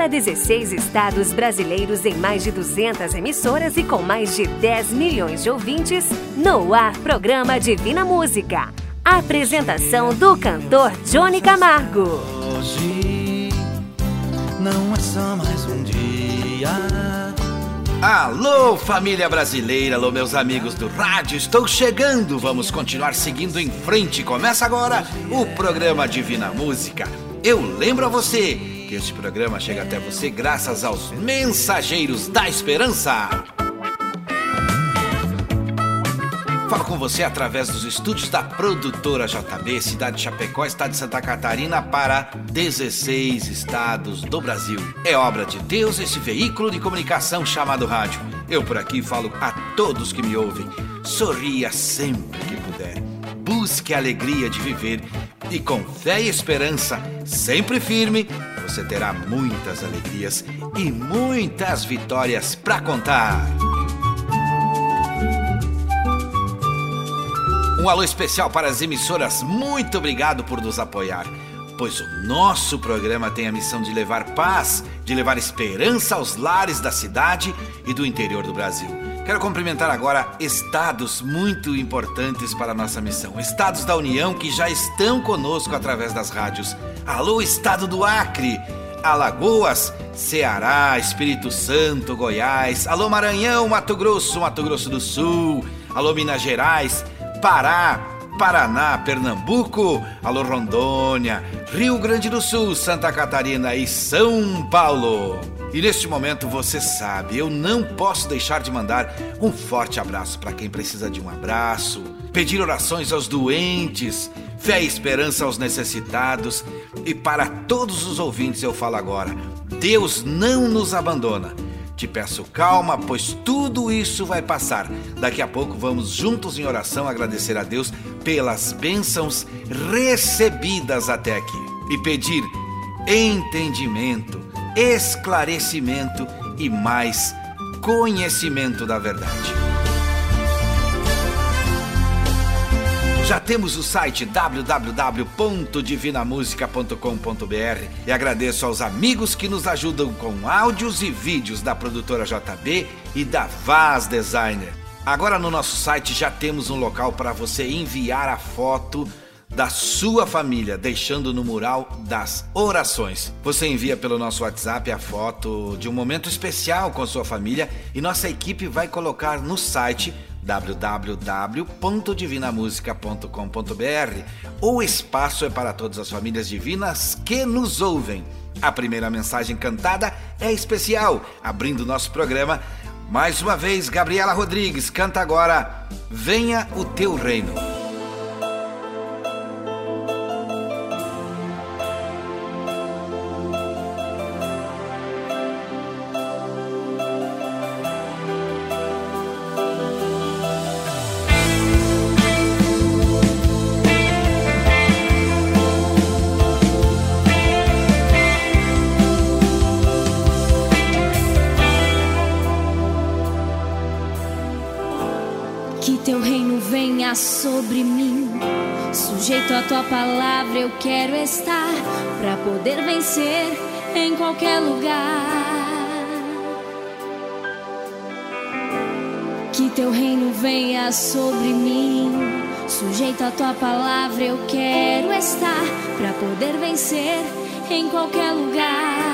para 16 estados brasileiros em mais de 200 emissoras e com mais de 10 milhões de ouvintes, no ar programa Divina Música. Apresentação do cantor Johnny Camargo. Hoje não é só mais um dia. Alô, família brasileira, alô, meus amigos do rádio, estou chegando, vamos continuar seguindo em frente. Começa agora o programa Divina Música. Eu lembro a você que este programa chega até você graças aos Mensageiros da Esperança. Falo com você através dos estúdios da produtora JB, cidade de Chapecó, estado de Santa Catarina, para 16 estados do Brasil. É obra de Deus esse veículo de comunicação chamado rádio. Eu por aqui falo a todos que me ouvem. Sorria sempre que puder. Busque a alegria de viver e com fé e esperança, sempre firme, você terá muitas alegrias e muitas vitórias para contar. Um alô especial para as emissoras, muito obrigado por nos apoiar, pois o nosso programa tem a missão de levar paz, de levar esperança aos lares da cidade e do interior do Brasil. Quero cumprimentar agora estados muito importantes para a nossa missão, estados da União que já estão conosco através das rádios. Alô, estado do Acre, Alagoas, Ceará, Espírito Santo, Goiás, alô, Maranhão, Mato Grosso do Sul, alô, Minas Gerais, Pará, Paraná, Pernambuco, alô, Rondônia, Rio Grande do Sul, Santa Catarina e São Paulo. E neste momento, você sabe, eu não posso deixar de mandar um forte abraço para quem precisa de um abraço, pedir orações aos doentes, fé e esperança aos necessitados. E para todos os ouvintes eu falo agora, Deus não nos abandona. Te peço calma, pois tudo isso vai passar. Daqui a pouco vamos juntos em oração agradecer a Deus pelas bênçãos recebidas até aqui. E pedir entendimento, esclarecimento e mais conhecimento da verdade. Já temos o site www.divinamusica.com.br e agradeço aos amigos que nos ajudam com áudios e vídeos da produtora JB e da Vaz Designer. Agora no nosso site já temos um local para você enviar a foto da sua família, deixando no mural das orações. Você envia pelo nosso WhatsApp a foto de um momento especial com sua família e nossa equipe vai colocar no site www.divinamusica.com.br. O espaço é para todas as famílias divinas que nos ouvem. A primeira mensagem cantada é especial, abrindo nosso programa. Mais uma vez, Gabriela Rodrigues canta agora Venha o Teu Reino. Sobre mim, sujeito à tua palavra eu quero estar, pra poder vencer em qualquer lugar. Que teu reino venha sobre mim, sujeito à tua palavra eu quero estar, pra poder vencer em qualquer lugar.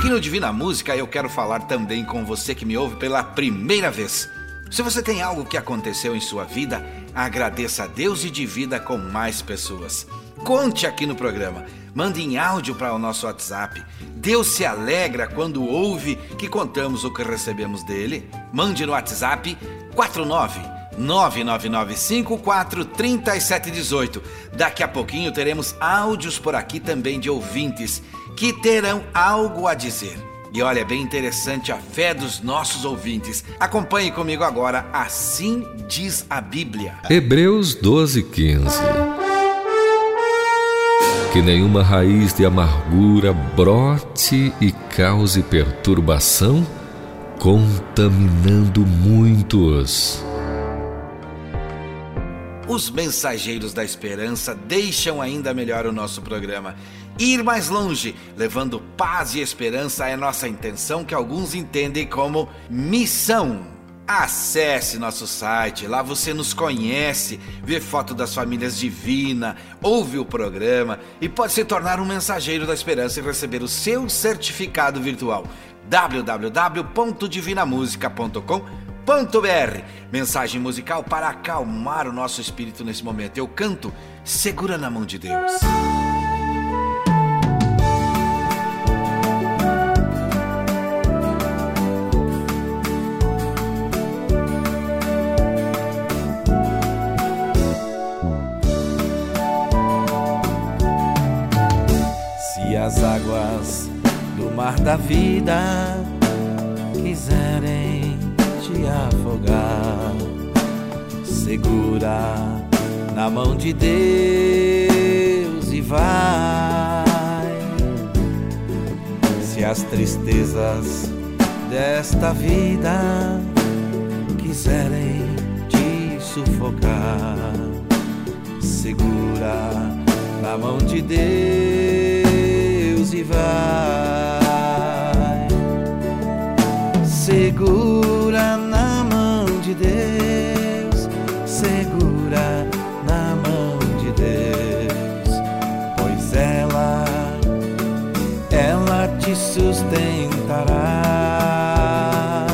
Aqui no Divina Música eu quero falar também com você que me ouve pela primeira vez. Se você tem algo que aconteceu em sua vida, agradeça a Deus e divida com mais pessoas. Conte aqui no programa, mande em áudio para o nosso WhatsApp. Deus se alegra quando ouve que contamos o que recebemos dele. Mande no WhatsApp 49999543718. Daqui a pouquinho teremos áudios por aqui também de ouvintes que terão algo a dizer. E olha, é bem interessante a fé dos nossos ouvintes. Acompanhe comigo agora, assim diz a Bíblia. Hebreus 12:15. Que nenhuma raiz de amargura brote e cause perturbação, contaminando muitos. Os mensageiros da esperança deixam ainda melhor o nosso programa. Ir mais longe, levando paz e esperança é nossa intenção, que alguns entendem como missão. Acesse nosso site, lá você nos conhece, vê foto das famílias divinas, ouve o programa e pode se tornar um mensageiro da esperança e receber o seu certificado virtual. www.divinamusica.com.br. Mensagem musical para acalmar o nosso espírito nesse momento. Eu canto Segura na Mão de Deus. Se as águas do mar da vida quiserem te afogar, segura na mão de Deus e vai. Se as tristezas desta vida quiserem te sufocar, segura na mão de Deus e vai. Segura na mão de Deus, segura na mão de Deus, pois ela te sustentará.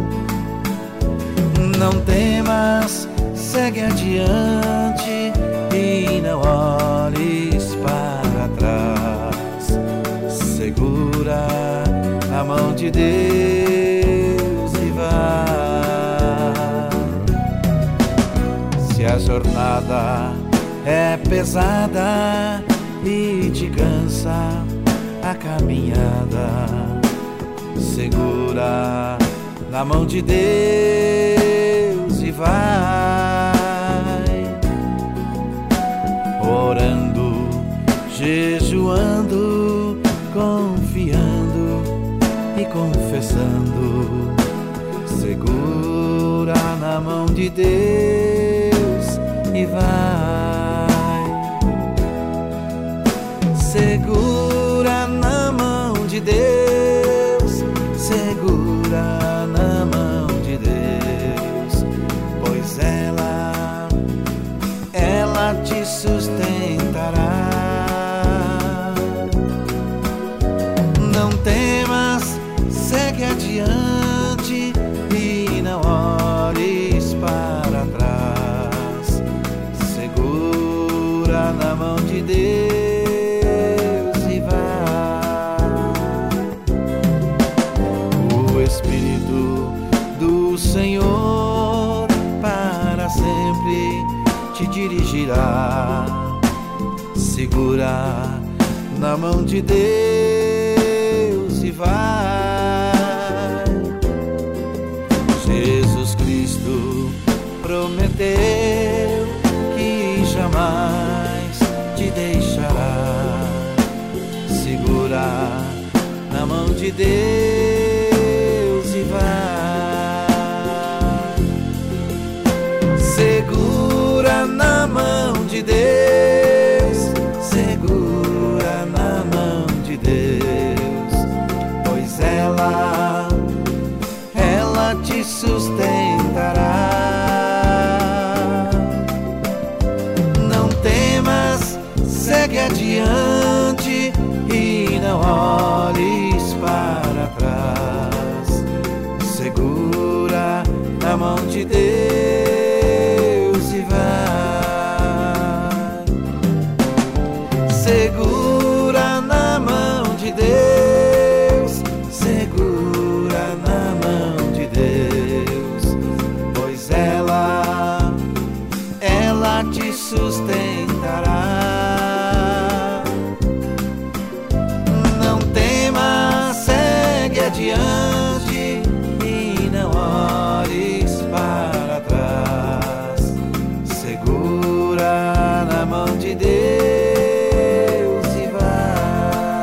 Não temas, segue adiante e não olhes para trás. Segura na mão de Deus e vai. Se a jornada é pesada e te cansa a caminhada, segura na mão de Deus e vai. Orando, jejuando, confiando e confessando, segura na mão de Deus e vai. Segura na mão de Deus, segura na mão de Deus, pois ela te sustentará. Não temas, segue adiante e não olhes para trás. Segura na mão de Deus e vai. O Espírito do Senhor para sempre te dirigirá. Segura na mão de Deus e vai. Jesus Cristo prometeu que jamais te deixará. Segura na mão de Deus e vai. Segura na mão de Deus, segura na mão de Deus, pois ela te sustentará. Não temas, segue adiante e não olhes para adiante e não olhes para trás. Segura na mão de Deus e vai.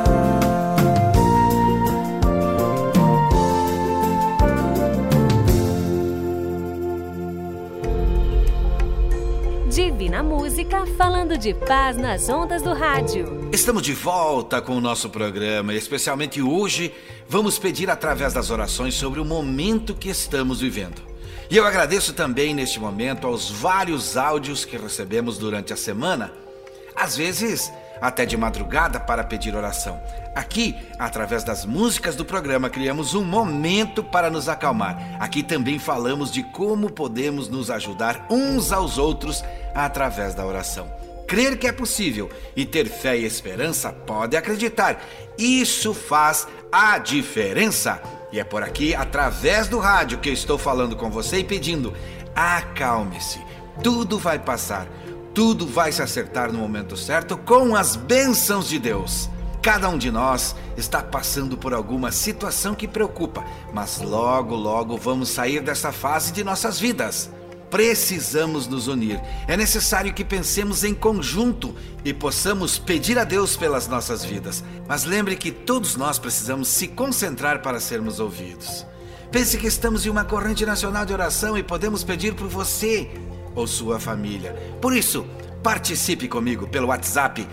Divina Música, falando de paz nas ondas do rádio. Estamos de volta com o nosso programa e especialmente hoje vamos pedir através das orações sobre o momento que estamos vivendo. E eu agradeço também neste momento aos vários áudios que recebemos durante a semana, às vezes até de madrugada, para pedir oração. Aqui, através das músicas do programa, criamos um momento para nos acalmar. Aqui também falamos de como podemos nos ajudar uns aos outros através da oração. Crer que é possível e ter fé e esperança, pode acreditar. Isso faz a diferença. E é por aqui, através do rádio, que eu estou falando com você e pedindo: acalme-se, tudo vai passar. Tudo vai se acertar no momento certo com as bênçãos de Deus. Cada um de nós está passando por alguma situação que preocupa, mas logo, logo vamos sair dessa fase de nossas vidas. Precisamos nos unir. É necessário que pensemos em conjunto e possamos pedir a Deus pelas nossas vidas. Mas lembre que todos nós precisamos se concentrar para sermos ouvidos. Pense que estamos em uma corrente nacional de oração e podemos pedir por você ou sua família. Por isso, participe comigo pelo WhatsApp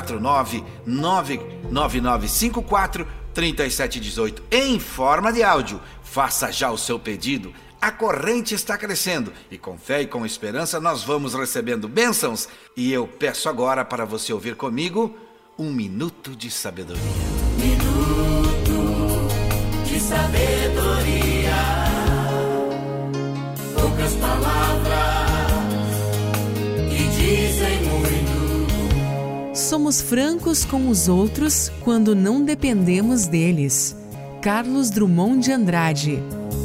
49999543718 em forma de áudio. Faça já o seu pedido. A corrente está crescendo e com fé e com esperança nós vamos recebendo bênçãos. E eu peço agora para você ouvir comigo um minuto de sabedoria. Minuto de sabedoria. Poucas palavras dizem muito. Somos francos com os outros quando não dependemos deles. Carlos Drummond de Andrade.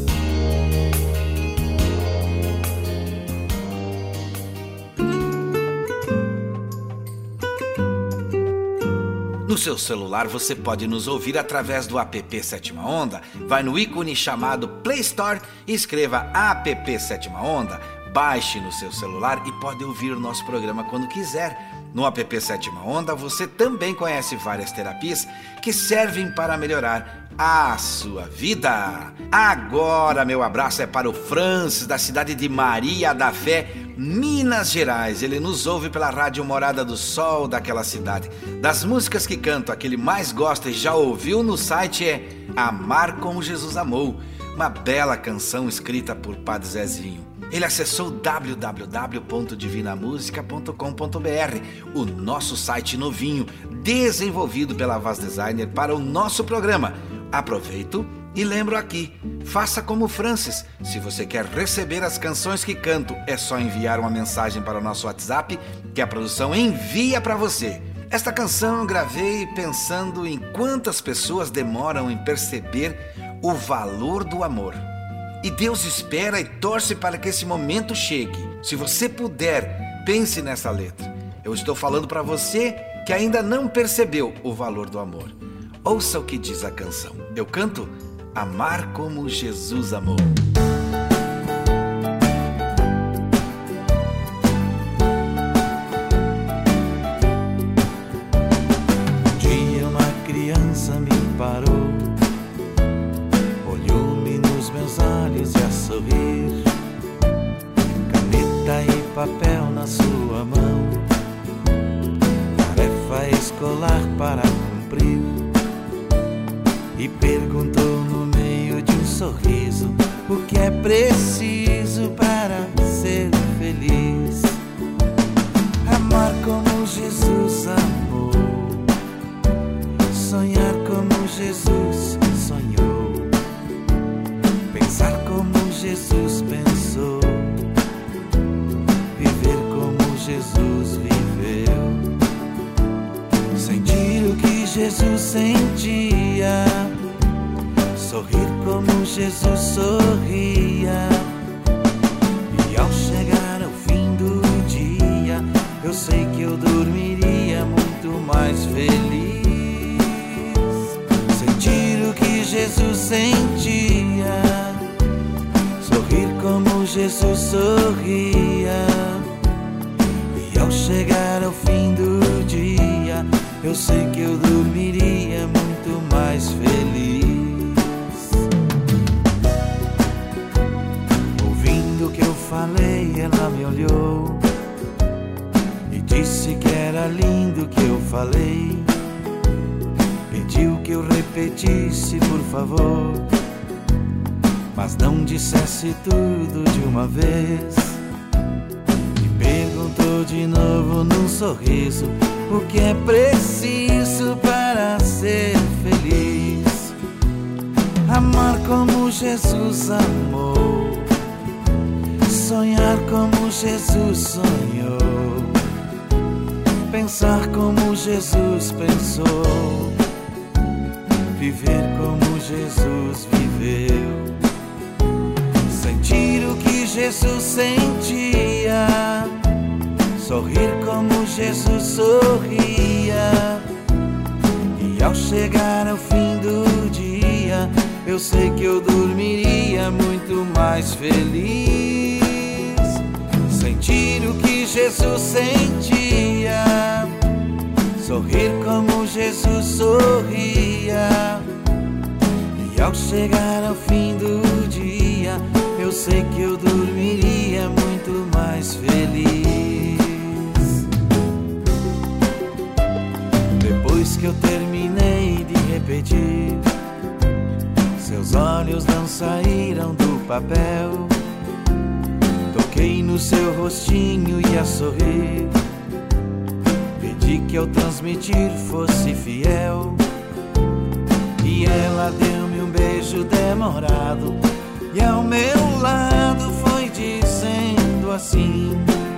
No seu celular você pode nos ouvir através do app Sétima Onda. Vai no ícone chamado Play Store e escreva app Sétima Onda. Baixe no seu celular e pode ouvir o nosso programa quando quiser. No app Sétima Onda você também conhece várias terapias que servem para melhorar a sua vida. Agora meu abraço é para o Francis, da cidade de Maria da Fé, Minas Gerais. Ele nos ouve pela Rádio Morada do Sol daquela cidade. Das músicas que canto, a que ele mais gosta e já ouviu no site é Amar Como Jesus Amou, uma bela canção escrita por Padre Zezinho. Ele acessou www.divinamusica.com.br, o nosso site novinho, desenvolvido pela Vaz Designer para o nosso programa. Aproveito e lembro aqui, faça como Francis. Se você quer receber as canções que canto, é só enviar uma mensagem para o nosso WhatsApp que a produção envia para você. Esta canção eu gravei pensando em quantas pessoas demoram em perceber o valor do amor. E Deus espera e torce para que esse momento chegue. Se você puder, pense nessa letra. Eu estou falando para você que ainda não percebeu o valor do amor. Ouça o que diz a canção. Eu canto Amar Como Jesus Amou. Um dia uma criança me parou, olhou-me nos meus olhos e a sorrir, caneta e papel na sua mão, tarefa escolar para cumprir, e perguntou no meio de um sorriso o que é preciso para ser feliz. Amar como Jesus amou, sonhar como Jesus sonhou, pensar como Jesus pensou, viver como Jesus viveu, sentir o que Jesus sentia, sorrir como Jesus sorria. E ao chegar ao fim do dia, eu sei que eu dormiria muito mais feliz. Sentir o que Jesus sentia, sorrir como Jesus sorria. E ao chegar ao fim do dia, eu sei que eu dormiria muito mais feliz. Ouvindo o que eu falei, ela me olhou e disse que era lindo o que eu falei. Pediu que eu repetisse, por favor, mas não dissesse tudo de uma vez. E perguntou de novo num sorriso o que é preciso para ser feliz. Amar como Jesus amou, sonhar como Jesus sonhou, pensar como Jesus pensou, viver como Jesus viveu, sentir o que Jesus sentia, sorrir como Jesus sorria. E ao chegar ao fim do dia, eu sei que eu dormiria muito mais feliz. Sentir o que Jesus sentia, sorrir como Jesus sorria. E ao chegar ao fim do dia, eu sei que eu dormiria muito mais feliz. Depois que eu terminei de repetir, seus olhos não saíram do papel. Toquei no seu rostinho e a sorrir, pedi que ao transmitir fosse fiel. E ela deu-me um beijo demorado e ao meu lado foi dizendo assim: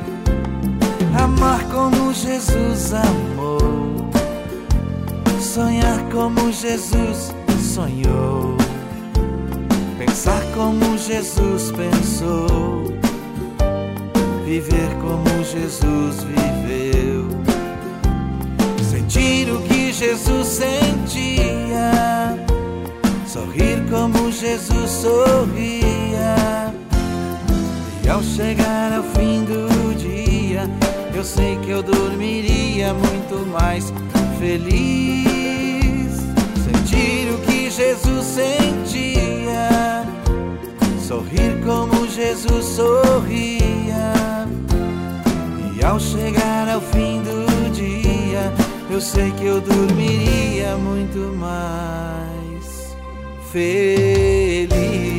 amar como Jesus amou, sonhar como Jesus sonhou, pensar como Jesus pensou, viver como Jesus viveu, sentir o que Jesus sentia, sorrir como Jesus sorria. E ao chegar ao fim do dia, eu sei que eu dormiria muito mais feliz. Sentir o que Jesus sentia, sorrir como Jesus sorria. E ao chegar ao fim do dia, eu sei que eu dormiria muito mais feliz,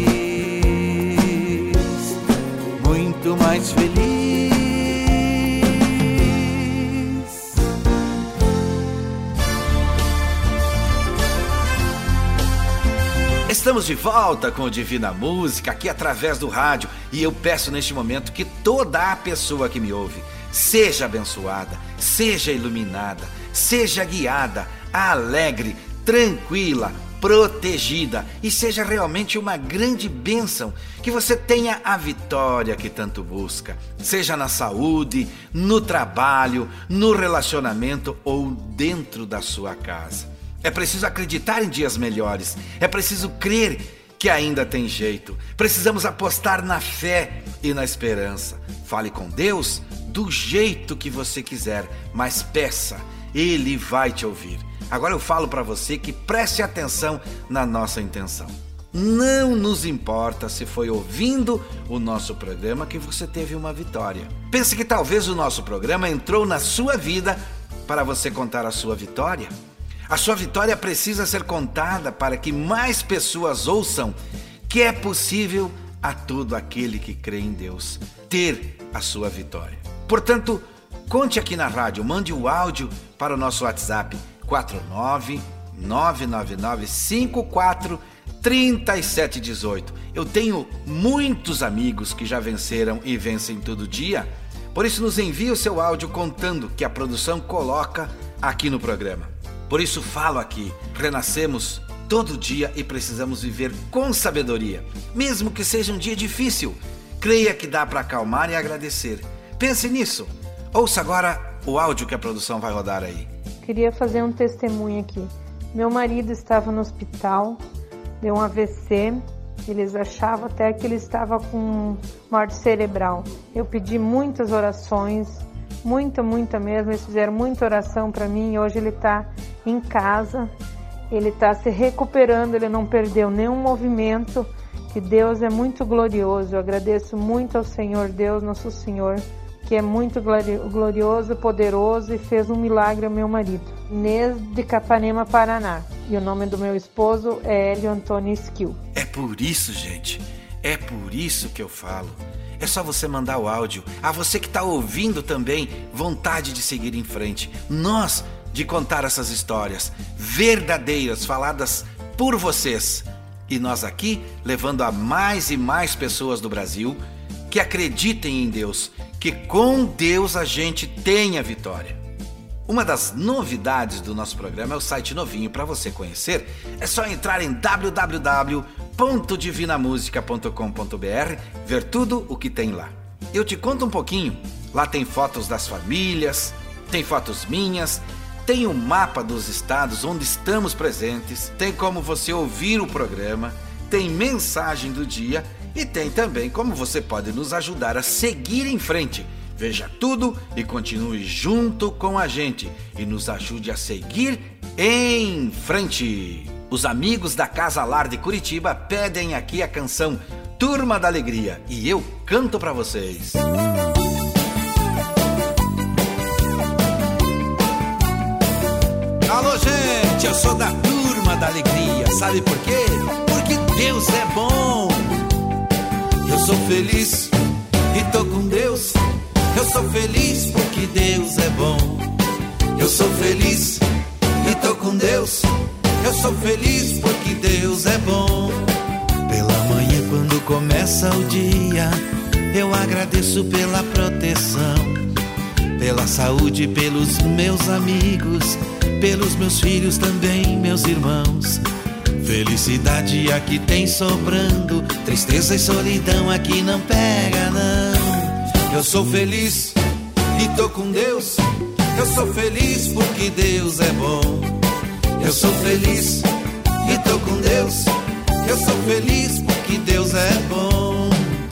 muito mais feliz. Estamos de volta com o Divina Música, aqui através do rádio, e eu peço neste momento que toda a pessoa que me ouve seja abençoada, seja iluminada, seja guiada, alegre, tranquila, protegida, e seja realmente uma grande bênção, que você tenha a vitória que tanto busca, seja na saúde, no trabalho, no relacionamento ou dentro da sua casa. É preciso acreditar em dias melhores, é preciso crer que ainda tem jeito, precisamos apostar na fé e na esperança. Fale com Deus do jeito que você quiser, mas peça, Ele vai te ouvir. Agora eu falo para você que preste atenção na nossa intenção. Não nos importa se foi ouvindo o nosso programa que você teve uma vitória. Pense que talvez o nosso programa entrou na sua vida para você contar a sua vitória. A sua vitória precisa ser contada para que mais pessoas ouçam que é possível a todo aquele que crê em Deus ter a sua vitória. Portanto, conte aqui na rádio, mande o áudio para o nosso WhatsApp 49999543718. Eu tenho muitos amigos que já venceram e vencem todo dia, por isso nos envie o seu áudio contando que a produção coloca aqui no programa. Por isso falo aqui, renascemos todo dia e precisamos viver com sabedoria, mesmo que seja um dia difícil. Creia que dá para acalmar e agradecer. Pense nisso. Ouça agora o áudio que a produção vai rodar aí. Queria fazer um testemunho aqui. Meu marido estava no hospital, deu um AVC. Eles achavam até que ele estava com morte cerebral. Eu pedi muitas orações, muita mesmo. Eles fizeram muita oração para mim e hoje ele está em casa. Ele está se recuperando, ele não perdeu nenhum movimento. Que Deus é muito glorioso. Eu agradeço muito ao Senhor Deus, nosso Senhor, que é muito glorioso, poderoso e fez um milagre ao meu marido. Inês de Capanema, Paraná. E o nome do meu esposo é Hélio Antônio Esquil. É por isso, gente, é por isso que eu falo. É só você mandar o áudio. A você que está ouvindo também, vontade de seguir em frente. Nós, de contar essas histórias verdadeiras, faladas por vocês. E nós aqui, levando a mais e mais pessoas do Brasil que acreditem em Deus, que com Deus a gente tem a vitória. Uma das novidades do nosso programa é o site novinho. Para você conhecer, é só entrar em www.divinamusica.com.br, ver tudo o que tem lá. Eu te conto um pouquinho. Lá tem fotos das famílias, tem fotos minhas, tem o mapa dos estados onde estamos presentes, tem como você ouvir o programa, tem mensagem do dia e tem também como você pode nos ajudar a seguir em frente. Veja tudo e continue junto com a gente e nos ajude a seguir em frente. Os amigos da Casa Lar de Curitiba pedem aqui a canção Turma da Alegria e eu canto pra vocês. Alô, gente, eu sou da Turma da Alegria. Sabe por quê? Porque Deus é bom. Eu sou feliz e tô com Deus. Eu sou feliz porque Deus é bom. Eu sou feliz e tô com Deus. Eu sou feliz porque Deus é bom. Pela manhã quando começa o dia, eu agradeço pela proteção, pela saúde, pelos meus amigos, pelos meus filhos também, meus irmãos. Felicidade aqui tem sobrando, tristeza e solidão aqui não pega não. Eu sou feliz e tô com Deus. Eu sou feliz porque Deus é bom. Eu sou feliz e tô com Deus. Eu sou feliz porque Deus é bom.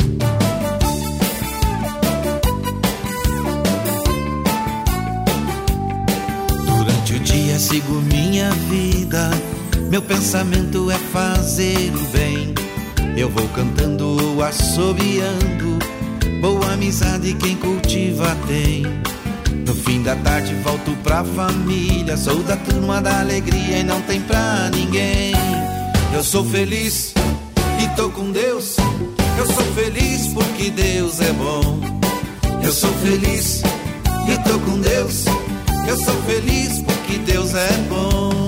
Durante o dia sigo minha vida. Meu pensamento é fazer o bem. Eu vou cantando ou assobiando. Boa amizade quem cultiva tem. No fim da tarde volto pra família. Sou da Turma da Alegria e não tem pra ninguém. Eu sou feliz e tô com Deus. Eu sou feliz porque Deus é bom. Eu sou feliz e tô com Deus. Eu sou feliz porque Deus é bom.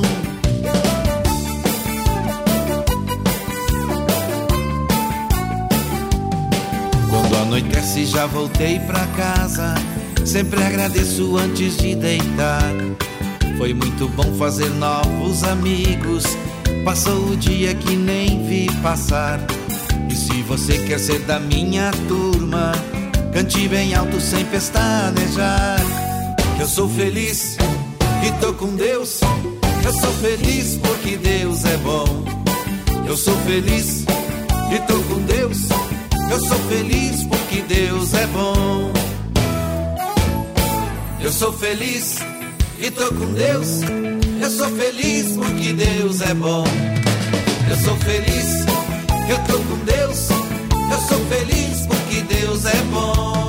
Quando anoitece já voltei pra casa. Sempre agradeço antes de deitar. Foi muito bom fazer novos amigos. Passou o dia que nem vi passar. E se você quer ser da minha turma, cante bem alto sem pestanejar. Eu sou feliz e tô com Deus. Eu sou feliz porque Deus é bom. Eu sou feliz e tô com Deus. Eu sou feliz porque Deus é bom. Eu sou feliz e tô com Deus. Eu sou feliz porque Deus é bom. Eu sou feliz, eu tô com Deus. Eu sou feliz porque Deus é bom.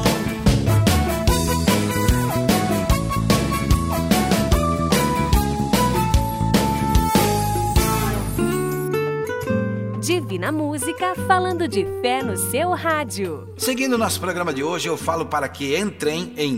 Divina Música, falando de fé no seu rádio. Seguindo o nosso programa de hoje, eu falo para que entrem em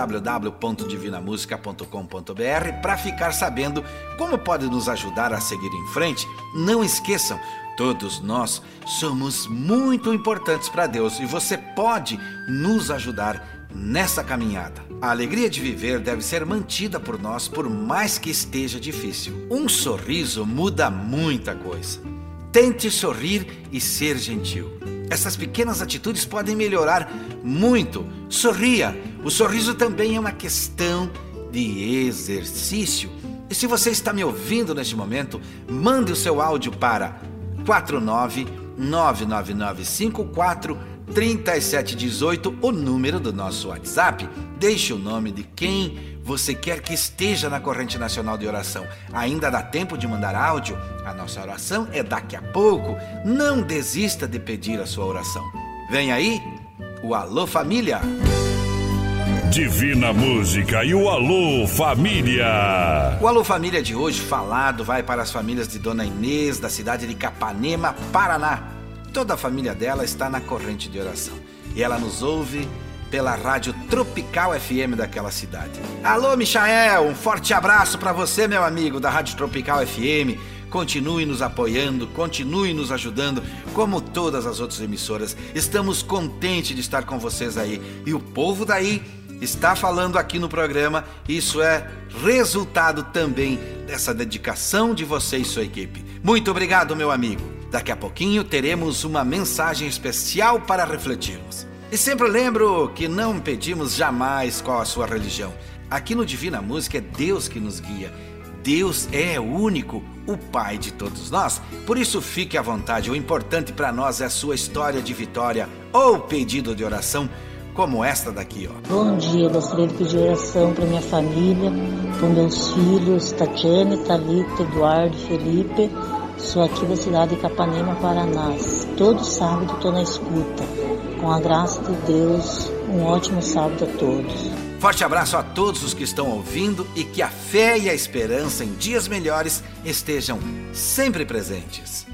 www.divinamusica.com.br para ficar sabendo como pode nos ajudar a seguir em frente. Não esqueçam, todos nós somos muito importantes para Deus e você pode nos ajudar nessa caminhada. A alegria de viver deve ser mantida por nós, por mais que esteja difícil. Um sorriso muda muita coisa. Tente sorrir e ser gentil. Essas pequenas atitudes podem melhorar muito. Sorria. O sorriso também é uma questão de exercício. E se você está me ouvindo neste momento, mande o seu áudio para 49999543718, o número do nosso WhatsApp. Deixe o nome de quem você quer que esteja na corrente nacional de oração. Ainda dá tempo de mandar áudio. A nossa oração é daqui a pouco. Não desista de pedir a sua oração. Vem aí o Alô Família. Divina Música e o Alô Família. O Alô Família de hoje falado vai para as famílias de Dona Inês, da cidade de Capanema, Paraná. Toda a família dela está na corrente de oração e ela nos ouve pela Rádio Tropical FM daquela cidade. Alô, Michael, um forte abraço para você, meu amigo da Rádio Tropical FM. Continue nos apoiando, continue nos ajudando, como todas as outras emissoras. Estamos contentes de estar com vocês aí. E o povo daí está falando aqui no programa. Isso é resultado também dessa dedicação de você e sua equipe. Muito obrigado, meu amigo. Daqui a pouquinho teremos uma mensagem especial para refletirmos. E sempre lembro que não pedimos jamais qual a sua religião. Aqui no Divina Música é Deus que nos guia. Deus é único, o Pai de todos nós. Por isso fique à vontade. O importante para nós é a sua história de vitória ou pedido de oração, como esta daqui, ó. Bom dia, gostaria de pedir oração para minha família, para meus filhos, Tatiane, Thalita, Eduardo, Felipe. Sou aqui da cidade de Capanema, Paraná. Todo sábado estou na escuta. Com a graça de Deus, um ótimo sábado a todos. Forte abraço a todos os que estão ouvindo e que a fé e a esperança em dias melhores estejam sempre presentes.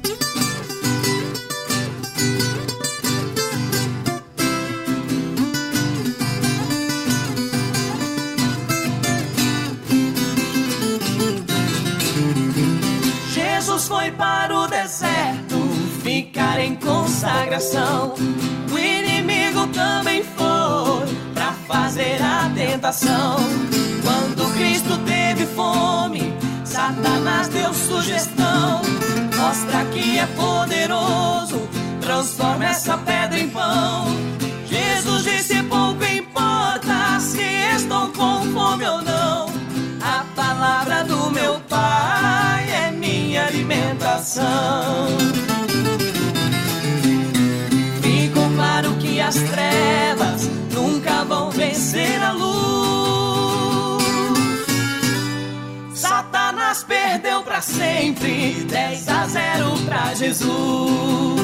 Jesus foi para o deserto ficar em consagração. O inimigo também foi para fazer a tentação. Quando Cristo teve fome, Satanás deu sugestão. Mostra que é poderoso, transforma essa pedra em pão. Jesus disse: pouco importa se estou com fome ou não. A palavra do meu Pai é minha alimentação. Ficou claro que as trevas nunca vão vencer a luz. Satanás perdeu pra sempre, 10-0 pra Jesus.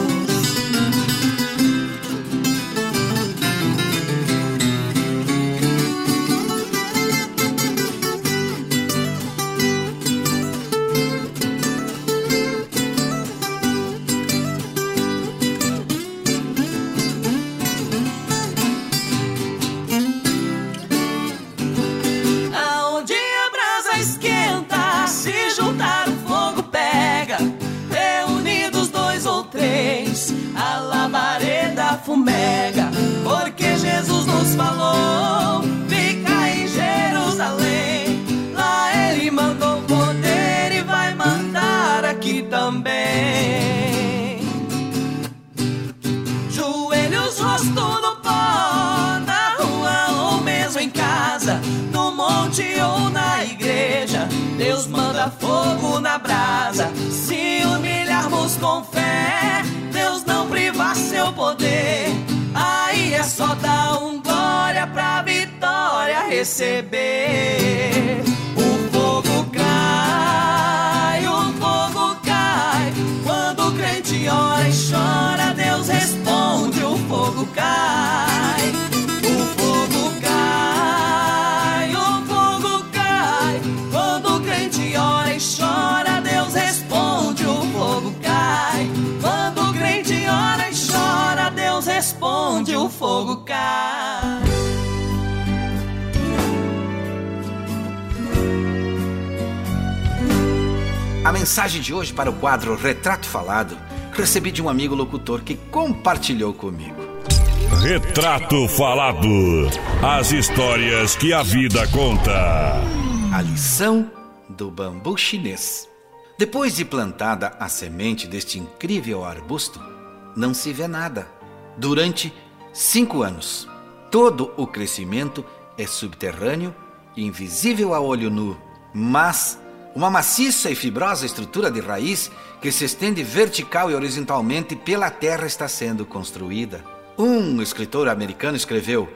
A labareda fumega, porque Jesus nos falou: fica em Jerusalém. Lá ele mandou poder e vai mandar aqui também. Joelhos, rosto no pó, na rua ou mesmo em casa, no monte ou na igreja, Deus manda fogo na brasa. Se humilharmos com fé, Deus não priva seu poder. Aí é só dar glória pra vitória receber. O fogo cai, quando o crente ora e chora, Deus responde. O fogo cai, o fogo cai, quando o crente ora e chora, Deus responde. O fogo cai, quando o crente ora e chora, Deus responde. O fogo cai. A mensagem de hoje para o quadro Retrato Falado recebi de um amigo locutor que compartilhou comigo. Retrato Falado. As histórias que a vida conta. A lição do bambu chinês. Depois de plantada a semente deste incrível arbusto, não se vê nada. Durante 5 anos, todo o crescimento é subterrâneo e invisível a olho nu, mas uma maciça e fibrosa estrutura de raiz que se estende vertical e horizontalmente pela terra está sendo construída. Um escritor americano escreveu: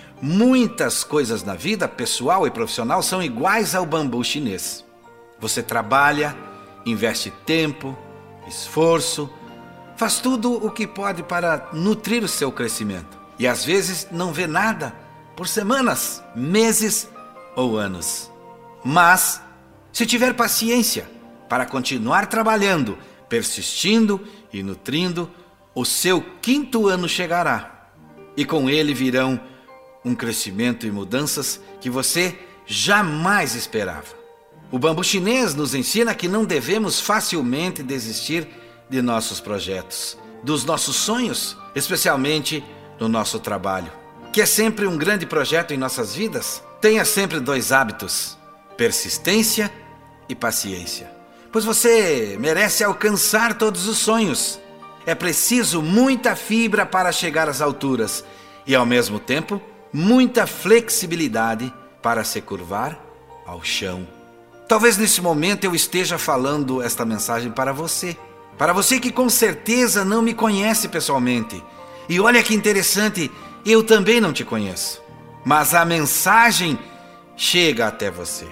muitas coisas na vida pessoal e profissional são iguais ao bambu chinês. Você trabalha, investe tempo, esforço, faz tudo o que pode para nutrir o seu crescimento. E às vezes não vê nada por semanas, meses ou anos. Mas, se tiver paciência para continuar trabalhando, persistindo e nutrindo, o seu 5º ano chegará. E com ele virão um crescimento e mudanças que você jamais esperava. O bambu chinês nos ensina que não devemos facilmente desistir de nossos projetos, dos nossos sonhos, especialmente no nosso trabalho, que é sempre um grande projeto em nossas vidas. Tenha sempre 2 hábitos: persistência e paciência, pois você merece alcançar todos os sonhos. É preciso muita fibra para chegar às alturas e, ao mesmo tempo, muita flexibilidade para se curvar ao chão. Talvez nesse momento eu esteja falando esta mensagem para você que com certeza não me conhece pessoalmente. E olha que interessante, eu também não te conheço, mas a mensagem chega até você.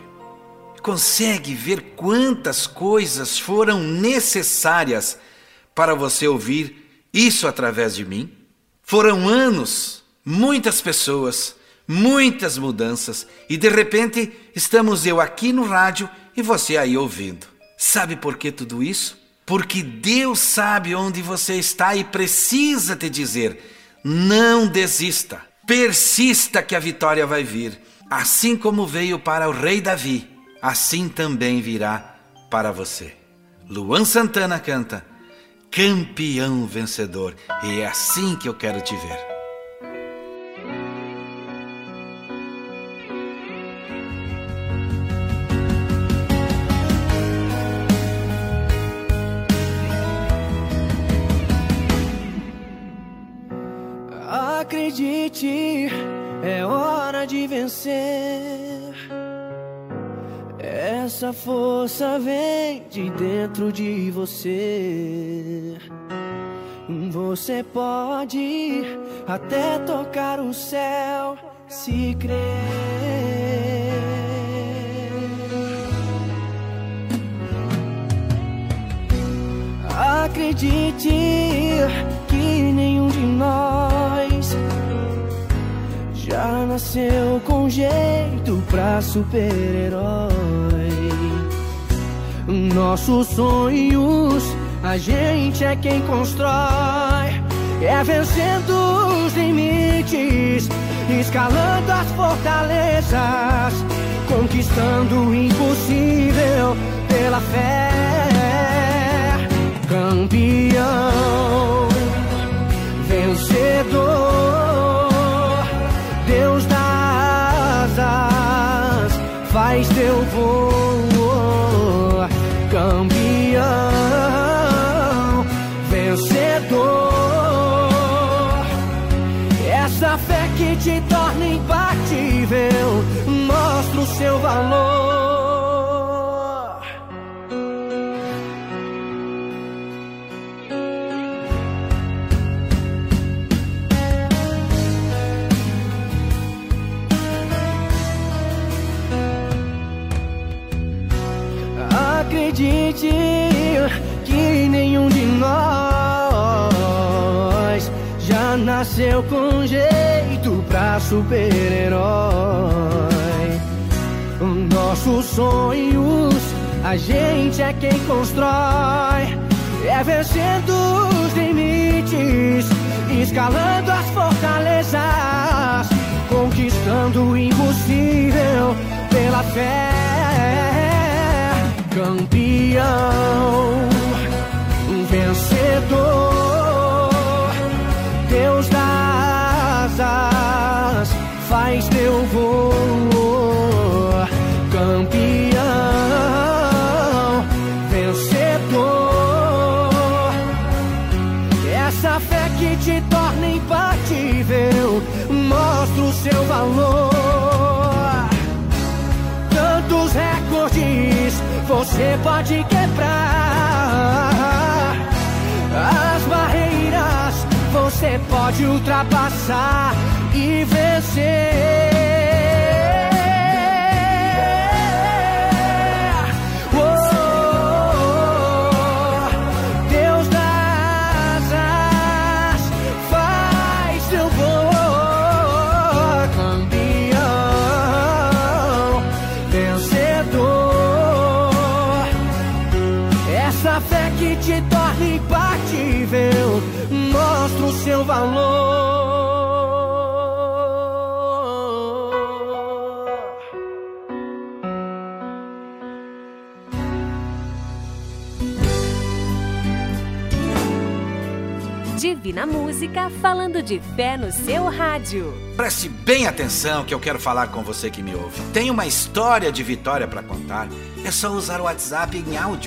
Consegue ver quantas coisas foram necessárias para você ouvir isso através de mim? Foram anos, muitas pessoas, muitas mudanças, e de repente estamos eu aqui no rádio e você aí ouvindo. Sabe por que tudo isso? Porque Deus sabe onde você está e precisa te dizer: não desista, persista que a vitória vai vir. Assim como veio para o rei Davi, assim também virá para você. Luan Santana canta: campeão vencedor, e é assim que eu quero te ver. Acredite, é hora de vencer. Essa força vem de dentro de você. Você pode até tocar o céu se crer. Acredite que nenhum de nós já nasceu com jeito pra super-herói. Nossos sonhos a gente é quem constrói. É vencendo os limites, escalando as fortalezas, conquistando o impossível pela fé. Campeão, vencedor, Deus dá asas, faz teu voo. Campeão, vencedor, essa fé que te torna imbatível, mostra o seu valor. Acredite que nenhum de nós já nasceu com jeito pra super-herói. Nossos sonhos a gente é quem constrói. É vencendo os limites, escalando as fortalezas, conquistando o impossível pela fé. Campeão, vencedor, Deus dá asas, faz teu voo. Campeão, vencedor, essa fé que te torna imbatível, mostra o seu valor. Tantos recordes você pode quebrar as barreiras, você pode ultrapassar e vencer. Te torna imbatível, mostra o seu valor. Divina Música, falando de fé no seu rádio. Preste bem atenção que eu quero falar com você que me ouve. Tem uma história de vitória para contar? É só usar o WhatsApp em áudio.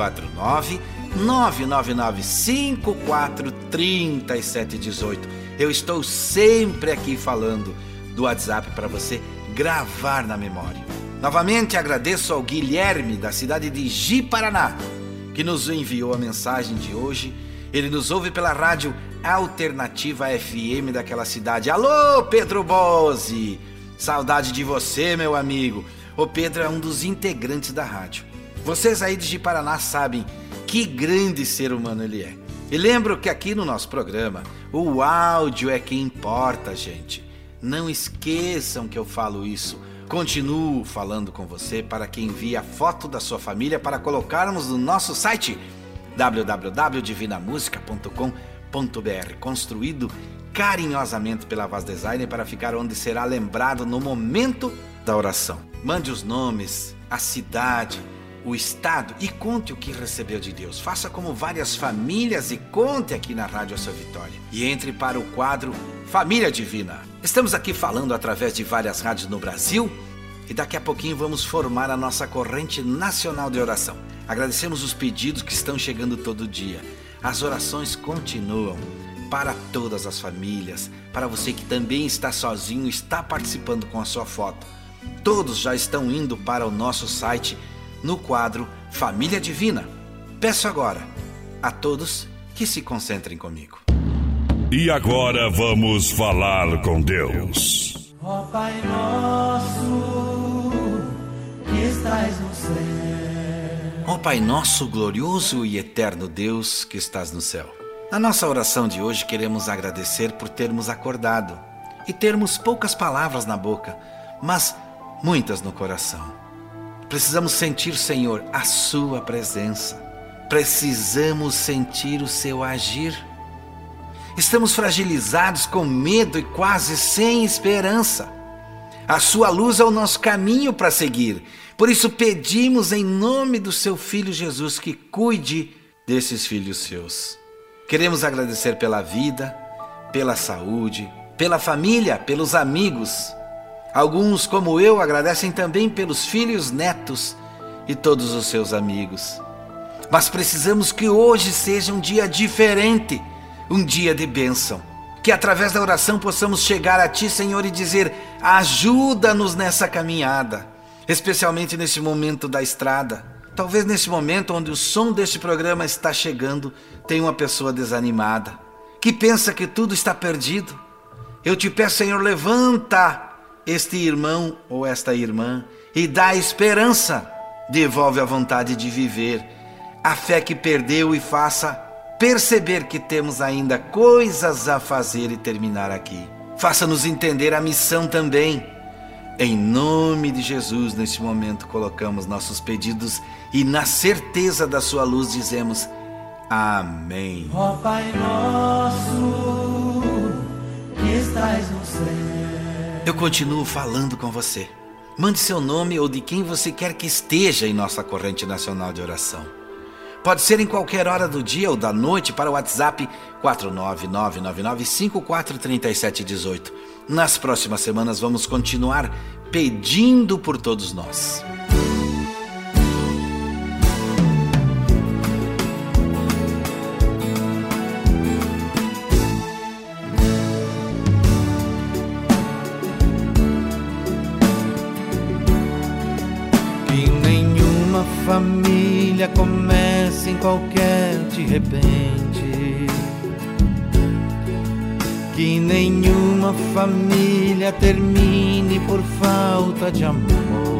49999543718. Eu estou sempre aqui falando do WhatsApp para você gravar na memória. Novamente agradeço ao Guilherme da cidade de Ji-Paraná, que nos enviou a mensagem de hoje. Ele nos ouve pela rádio Alternativa FM daquela cidade. Alô, Pedro Bozzi! Saudade de você, meu amigo. O Pedro é um dos integrantes da rádio. Vocês aí de Ji-Paraná sabem que grande ser humano ele é. E lembro que aqui no nosso programa, o áudio é que importa, gente. Não esqueçam que eu falo isso. Continuo falando com você para que envie a foto da sua família para colocarmos no nosso site www.divinamusica.com.br, construído carinhosamente pela Vaz Designer para ficar onde será lembrado no momento da oração. Mande os nomes, a cidade, o estado e conte o que recebeu de Deus. Faça como várias famílias e conte aqui na Rádio a sua vitória. E entre para o quadro Família Divina. Estamos aqui falando através de várias rádios no Brasil e daqui a pouquinho vamos formar a nossa corrente nacional de oração. Agradecemos os pedidos que estão chegando todo dia. As orações continuam para todas as famílias, para você que também está sozinho, está participando com a sua foto. Todos já estão indo para o nosso site no quadro Família Divina. Peço agora a todos que se concentrem comigo. E agora vamos falar com Deus. Ó Pai nosso, que estás no céu. Ó Pai nosso, glorioso e eterno Deus que estás no céu. Na nossa oração de hoje queremos agradecer por termos acordado e termos poucas palavras na boca, mas muitas no coração. Precisamos sentir, Senhor, a sua presença. Precisamos sentir o seu agir. Estamos fragilizados com medo e quase sem esperança. A sua luz é o nosso caminho para seguir. Por isso pedimos em nome do seu Filho Jesus que cuide desses filhos seus. Queremos agradecer pela vida, pela saúde, pela família, pelos amigos. Alguns, como eu, agradecem também pelos filhos, netos e todos os seus amigos. Mas precisamos que hoje seja um dia diferente, um dia de bênção. Que através da oração possamos chegar a Ti, Senhor, e dizer: ajuda-nos nessa caminhada, especialmente nesse momento da estrada. Talvez nesse momento onde o som deste programa está chegando, tem uma pessoa desanimada, que pensa que tudo está perdido. Eu te peço, Senhor, levanta este irmão ou esta irmã e dá esperança, devolve a vontade de viver, a fé que perdeu e faça perceber que temos ainda coisas a fazer e terminar aqui. Faça-nos entender a missão também. Em nome de Jesus, neste momento colocamos nossos pedidos e na certeza da sua luz dizemos amém. Ó Pai nosso, que estás no céu. Eu continuo falando com você. Mande seu nome ou de quem você quer que esteja em nossa corrente nacional de oração. Pode ser em qualquer hora do dia ou da noite para o WhatsApp 49999543718. Nas próximas semanas vamos continuar pedindo por todos nós. família comece em qualquer de repente, que nenhuma família termine por falta de amor,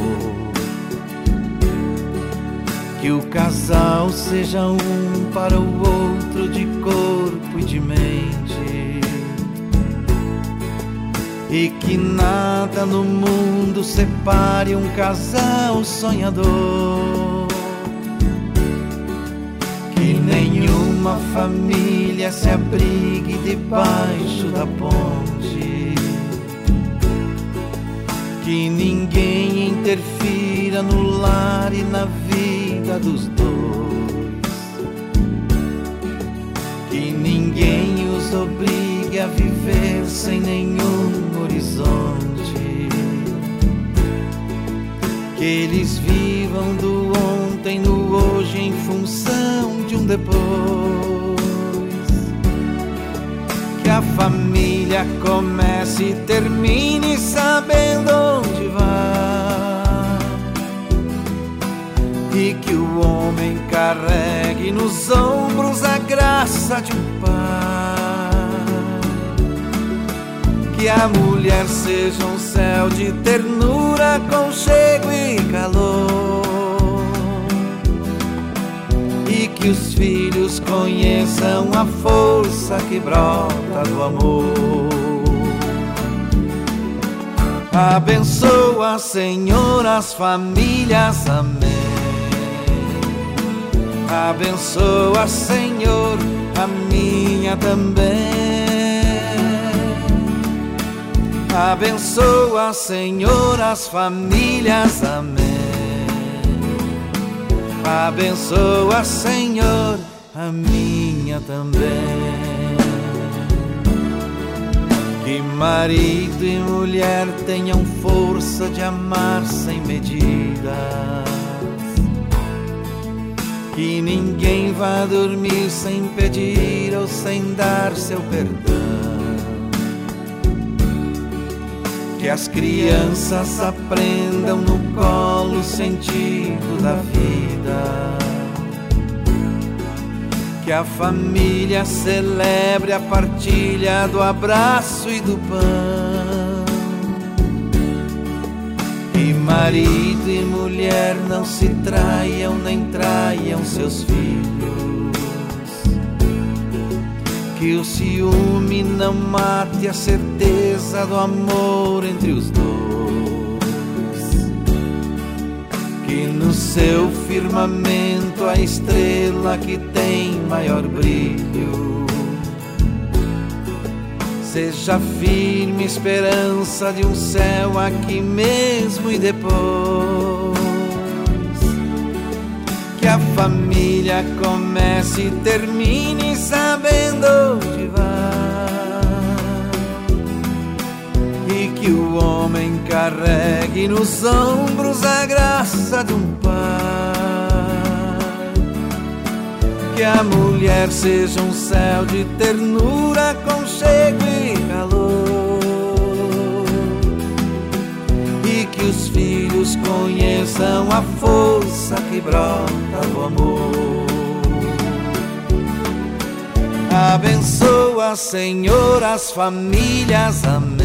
que o casal seja um para o outro de corpo e de mente, e que nada no mundo separe um casal sonhador, que nenhuma família se abrigue debaixo da ponte, que ninguém interfira no lar e na vida dos dois, que ninguém os obrigue a viver sem nenhum horizonte, que eles vivam do ontem no hoje em função de um depois, que a família comece e termine sabendo onde vai, e que o homem carregue nos ombros a graça de um pai, que a mulher seja um céu de ternura, aconchego e calor, e que os filhos conheçam a força que brota do amor. Abençoa, Senhor, as famílias, amém. Abençoa, Senhor, a minha também. Abençoa, Senhor, as famílias, amém. Abençoa, Senhor, a minha também. Que marido e mulher tenham força de amar sem medidas, que ninguém vá dormir sem pedir ou sem dar seu perdão, que as crianças aprendam no colo o sentido da vida, que a família celebre a partilha do abraço e do pão, que marido e mulher não se traiam nem traiam seus filhos, que o ciúme não mate a certeza do amor entre os dois, que no seu firmamento a estrela que tem maior brilho seja firme esperança de um céu aqui mesmo e depois, que a família comece e termine sabendo onde vai, e que o homem carregue nos ombros a graça de um pai, que a mulher seja um céu de ternura, aconchego e calor, e que os filhos conheçam a força que brota do amor. Abençoa, Senhor, as famílias, amém.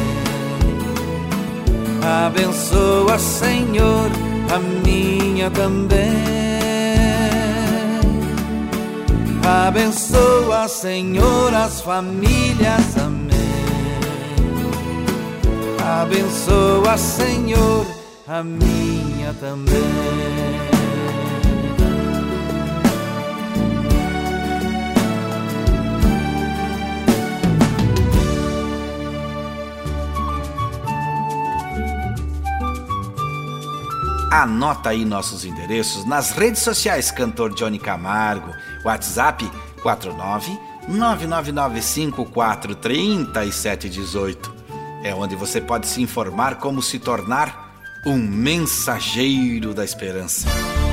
Abençoa, Senhor, a minha também. Abençoa, Senhor, as famílias, amém. Abençoa, Senhor, a minha também. Anota aí nossos endereços nas redes sociais Cantor Johnny Camargo, WhatsApp 49999543718. É onde você pode se informar como se tornar um mensageiro da esperança.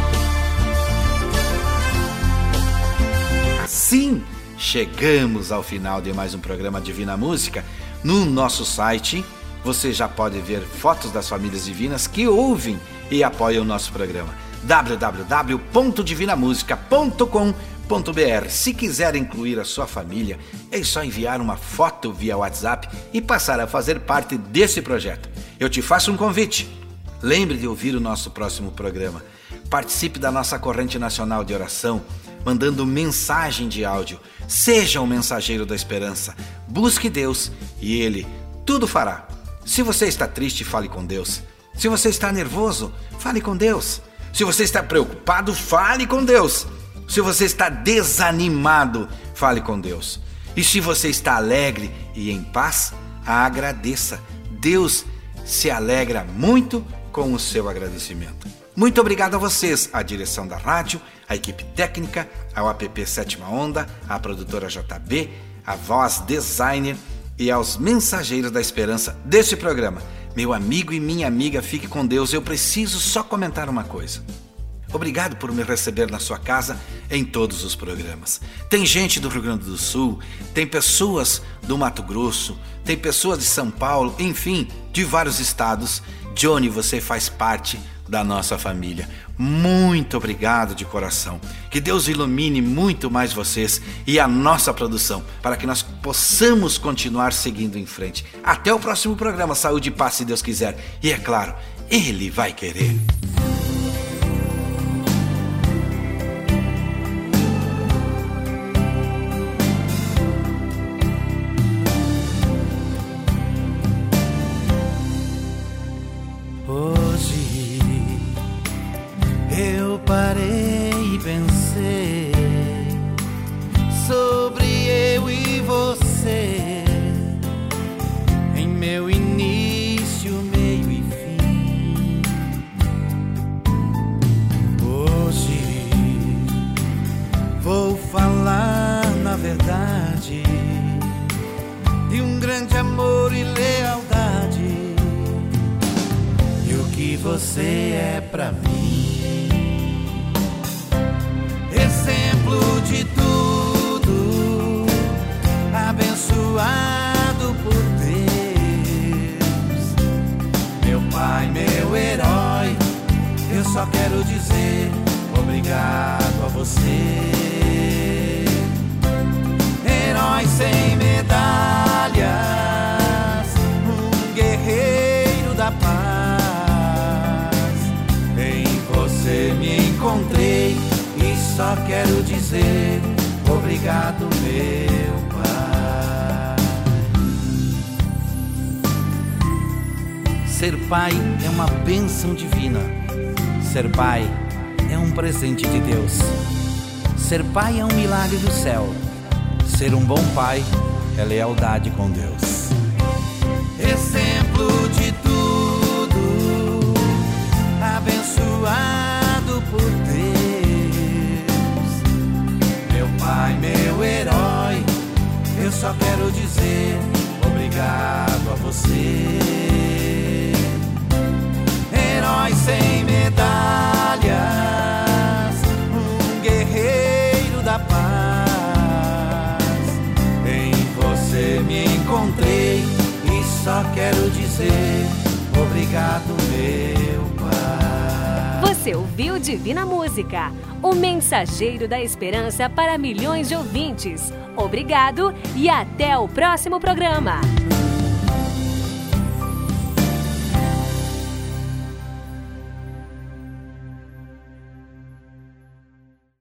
Assim, chegamos ao final de mais um programa Divina Música. No nosso site, você já pode ver fotos das famílias divinas que ouvem e apoiam o nosso programa. www.divinamusica.com.br. Se quiser incluir a sua família, é só enviar uma foto via WhatsApp e passar a fazer parte desse projeto. Eu te faço um convite. Lembre de ouvir o nosso próximo programa. Participe da nossa corrente nacional de oração, mandando mensagem de áudio. Seja um mensageiro da esperança. Busque Deus e Ele tudo fará. Se você está triste, fale com Deus. Se você está nervoso, fale com Deus. Se você está preocupado, fale com Deus. Se você está desanimado, fale com Deus. E se você está alegre e em paz, agradeça. Deus se alegra muito com o seu agradecimento. Muito obrigado a vocês, a direção da rádio, a equipe técnica, ao app Sétima Onda, a produtora JB, a voz designer e aos mensageiros da esperança deste programa. Meu amigo e minha amiga, fique com Deus. Eu preciso só comentar uma coisa. Obrigado por me receber na sua casa em todos os programas. Tem gente do Rio Grande do Sul, tem pessoas do Mato Grosso, tem pessoas de São Paulo, enfim, de vários estados. Johnny, você faz parte da nossa família. Muito obrigado de coração. Que Deus ilumine muito mais vocês e a nossa produção, para que nós possamos continuar seguindo em frente. Até o próximo programa. Saúde e paz, se Deus quiser. E é claro, Ele vai querer. Parei e pensei sobre eu e você, em meu início, meio e fim. Hoje vou falar na verdade de um grande amor e lealdade, e o que você é pra mim. Exemplo de tudo, abençoado por Deus, meu Pai, meu herói. Eu só quero dizer obrigado a você. Herói sem medalhas, um guerreiro da paz. Em você me encontrei. Só quero dizer obrigado, meu Pai. Ser pai é uma bênção divina. Ser pai é um presente de Deus. Ser pai é um milagre do céu. Ser um bom pai é lealdade com Deus. Exemplo de tudo, abençoado por Deus. Pai, meu herói, eu só quero dizer obrigado a você. Herói sem medalhas, um guerreiro da paz. Em você me encontrei e só quero dizer obrigado, meu Pai. Você ouviu Divina Música, o mensageiro da esperança para milhões de ouvintes. Obrigado e até o próximo programa.